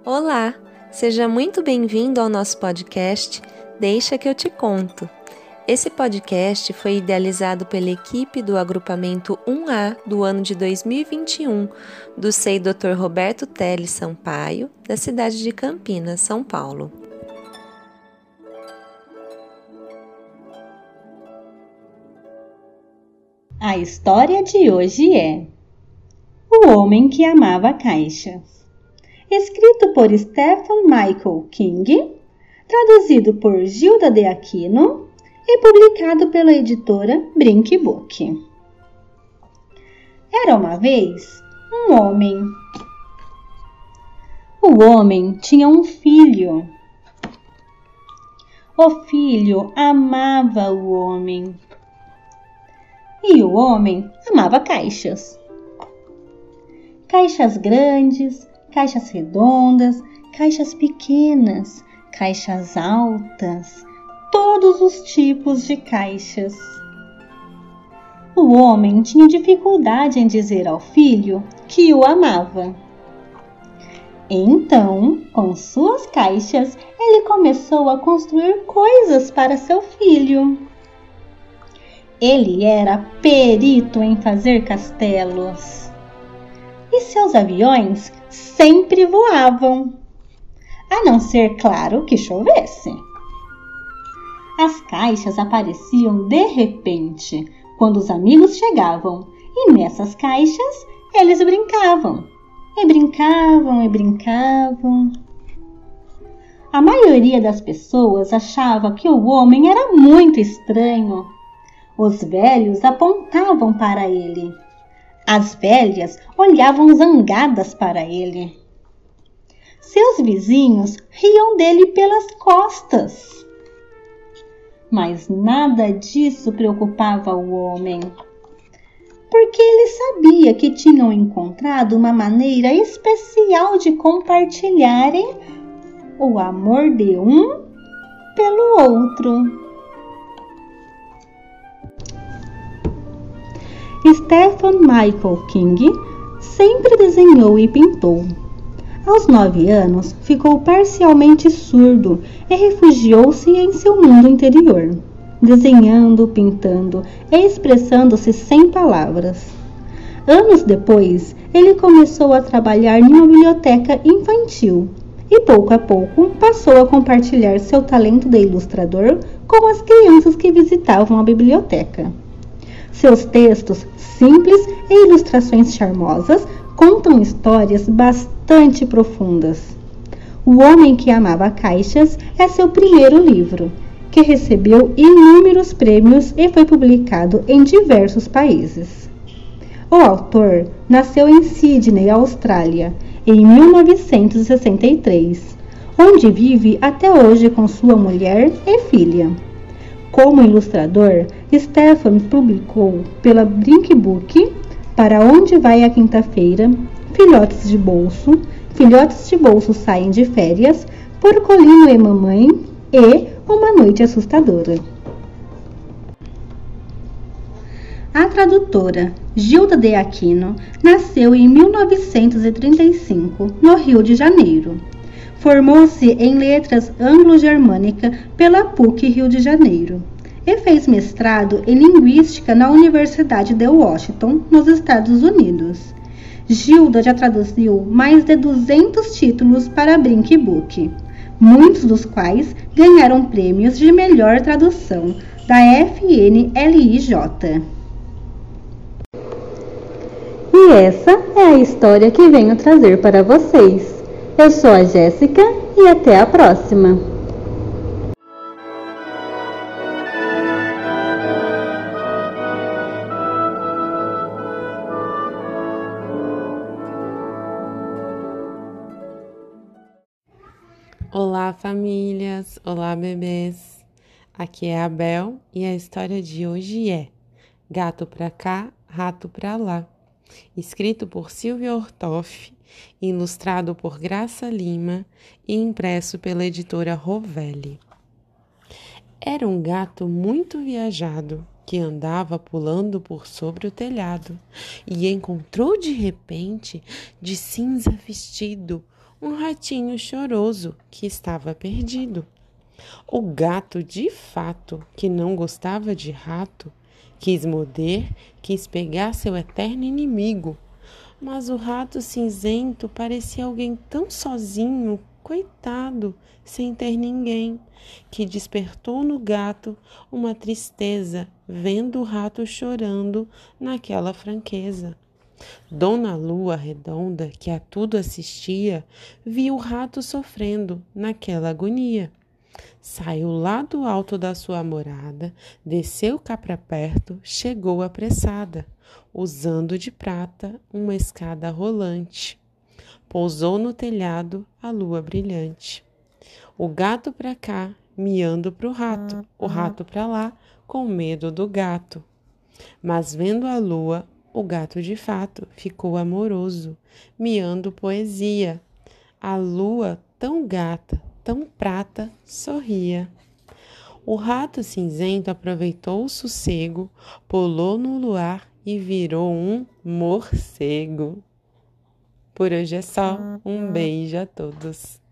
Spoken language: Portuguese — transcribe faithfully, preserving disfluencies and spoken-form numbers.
Olá, seja muito bem-vindo ao nosso podcast Deixa que eu te conto. Esse podcast foi idealizado pela equipe do agrupamento um A do ano de dois mil e vinte e um, do S E I doutor Roberto Teles Sampaio, da cidade de Campinas, São Paulo. A história de hoje é O Homem que Amava Caixas, escrito por Stephen Michael King, traduzido por Gilda de Aquino e publicado pela editora Brinque Book. Era uma vez um homem. O homem tinha um filho. O filho amava o homem. E o homem amava caixas. Caixas grandes, caixas redondas, caixas pequenas, caixas altas, todos os tipos de caixas. O homem tinha dificuldade em dizer ao filho que o amava. Então, com suas caixas, ele começou a construir coisas para seu filho. Ele era perito em fazer castelos. E seus aviões sempre voavam, a não ser, claro, que chovesse. As caixas apareciam de repente, quando os amigos chegavam, e nessas caixas eles brincavam, e brincavam, e brincavam. A maioria das pessoas achava que o homem era muito estranho. Os velhos apontavam para ele. As velhas olhavam zangadas para ele. Seus vizinhos riam dele pelas costas. Mas nada disso preocupava o homem, porque ele sabia que tinham encontrado uma maneira especial de compartilharem o amor de um pelo outro. Stephen Michael King sempre desenhou e pintou. Aos nove anos, ficou parcialmente surdo e refugiou-se em seu mundo interior, desenhando, pintando e expressando-se sem palavras. Anos depois, ele começou a trabalhar em uma biblioteca infantil e, pouco a pouco, passou a compartilhar seu talento de ilustrador com as crianças que visitavam a biblioteca. Seus textos, simples e ilustrações charmosas, contam histórias bastante profundas. O Homem que Amava Caixas é seu primeiro livro, que recebeu inúmeros prêmios e foi publicado em diversos países. O autor nasceu em Sydney, Austrália, em mil novecentos e sessenta e três, onde vive até hoje com sua mulher e filha. Como ilustrador, Stephen publicou pela Brinque Book Para Onde Vai a Quinta-feira, Filhotes de Bolso, Filhotes de Bolso Saem de Férias, Porcolino e Mamãe e Uma Noite Assustadora. A tradutora Gilda de Aquino nasceu em mil novecentos e trinta e cinco, no Rio de Janeiro. Formou-se em Letras Anglo-Germânica pela P U C Rio de Janeiro e fez mestrado em Linguística na Universidade de Washington, nos Estados Unidos. Gilda já traduziu mais de duzentos títulos para a Brinque Book, muitos dos quais ganharam prêmios de melhor tradução da F N L I J. E essa é a história que venho trazer para vocês. Eu sou a Jéssica e até a próxima! Olá, famílias! Olá, bebês! Aqui é a Bel e a história de hoje é Gato pra cá, Rato pra lá, escrito por Silvia Ortoff, ilustrado por Graça Lima e impresso pela editora Rovelli. Era um gato muito viajado que andava pulando por sobre o telhado e encontrou de repente, de cinza vestido, um ratinho choroso que estava perdido. O gato, de fato, que não gostava de rato, quis morder, quis pegar seu eterno inimigo. Mas o rato cinzento parecia alguém tão sozinho, coitado, sem ter ninguém, que despertou no gato uma tristeza, vendo o rato chorando naquela franqueza. Dona Lua Redonda, que a tudo assistia, viu o rato sofrendo naquela agonia. Saiu lá do alto da sua morada, desceu cá pra perto, chegou apressada, usando de prata uma escada rolante. Pousou no telhado a lua brilhante. O gato pra cá, miando pro rato, o rato pra lá, com medo do gato. Mas vendo a lua, o gato de fato ficou amoroso, miando poesia. A lua, tão gata, tão prata, sorria. O rato cinzento aproveitou o sossego, pulou no luar e virou um morcego. Por hoje é só. Um beijo a todos.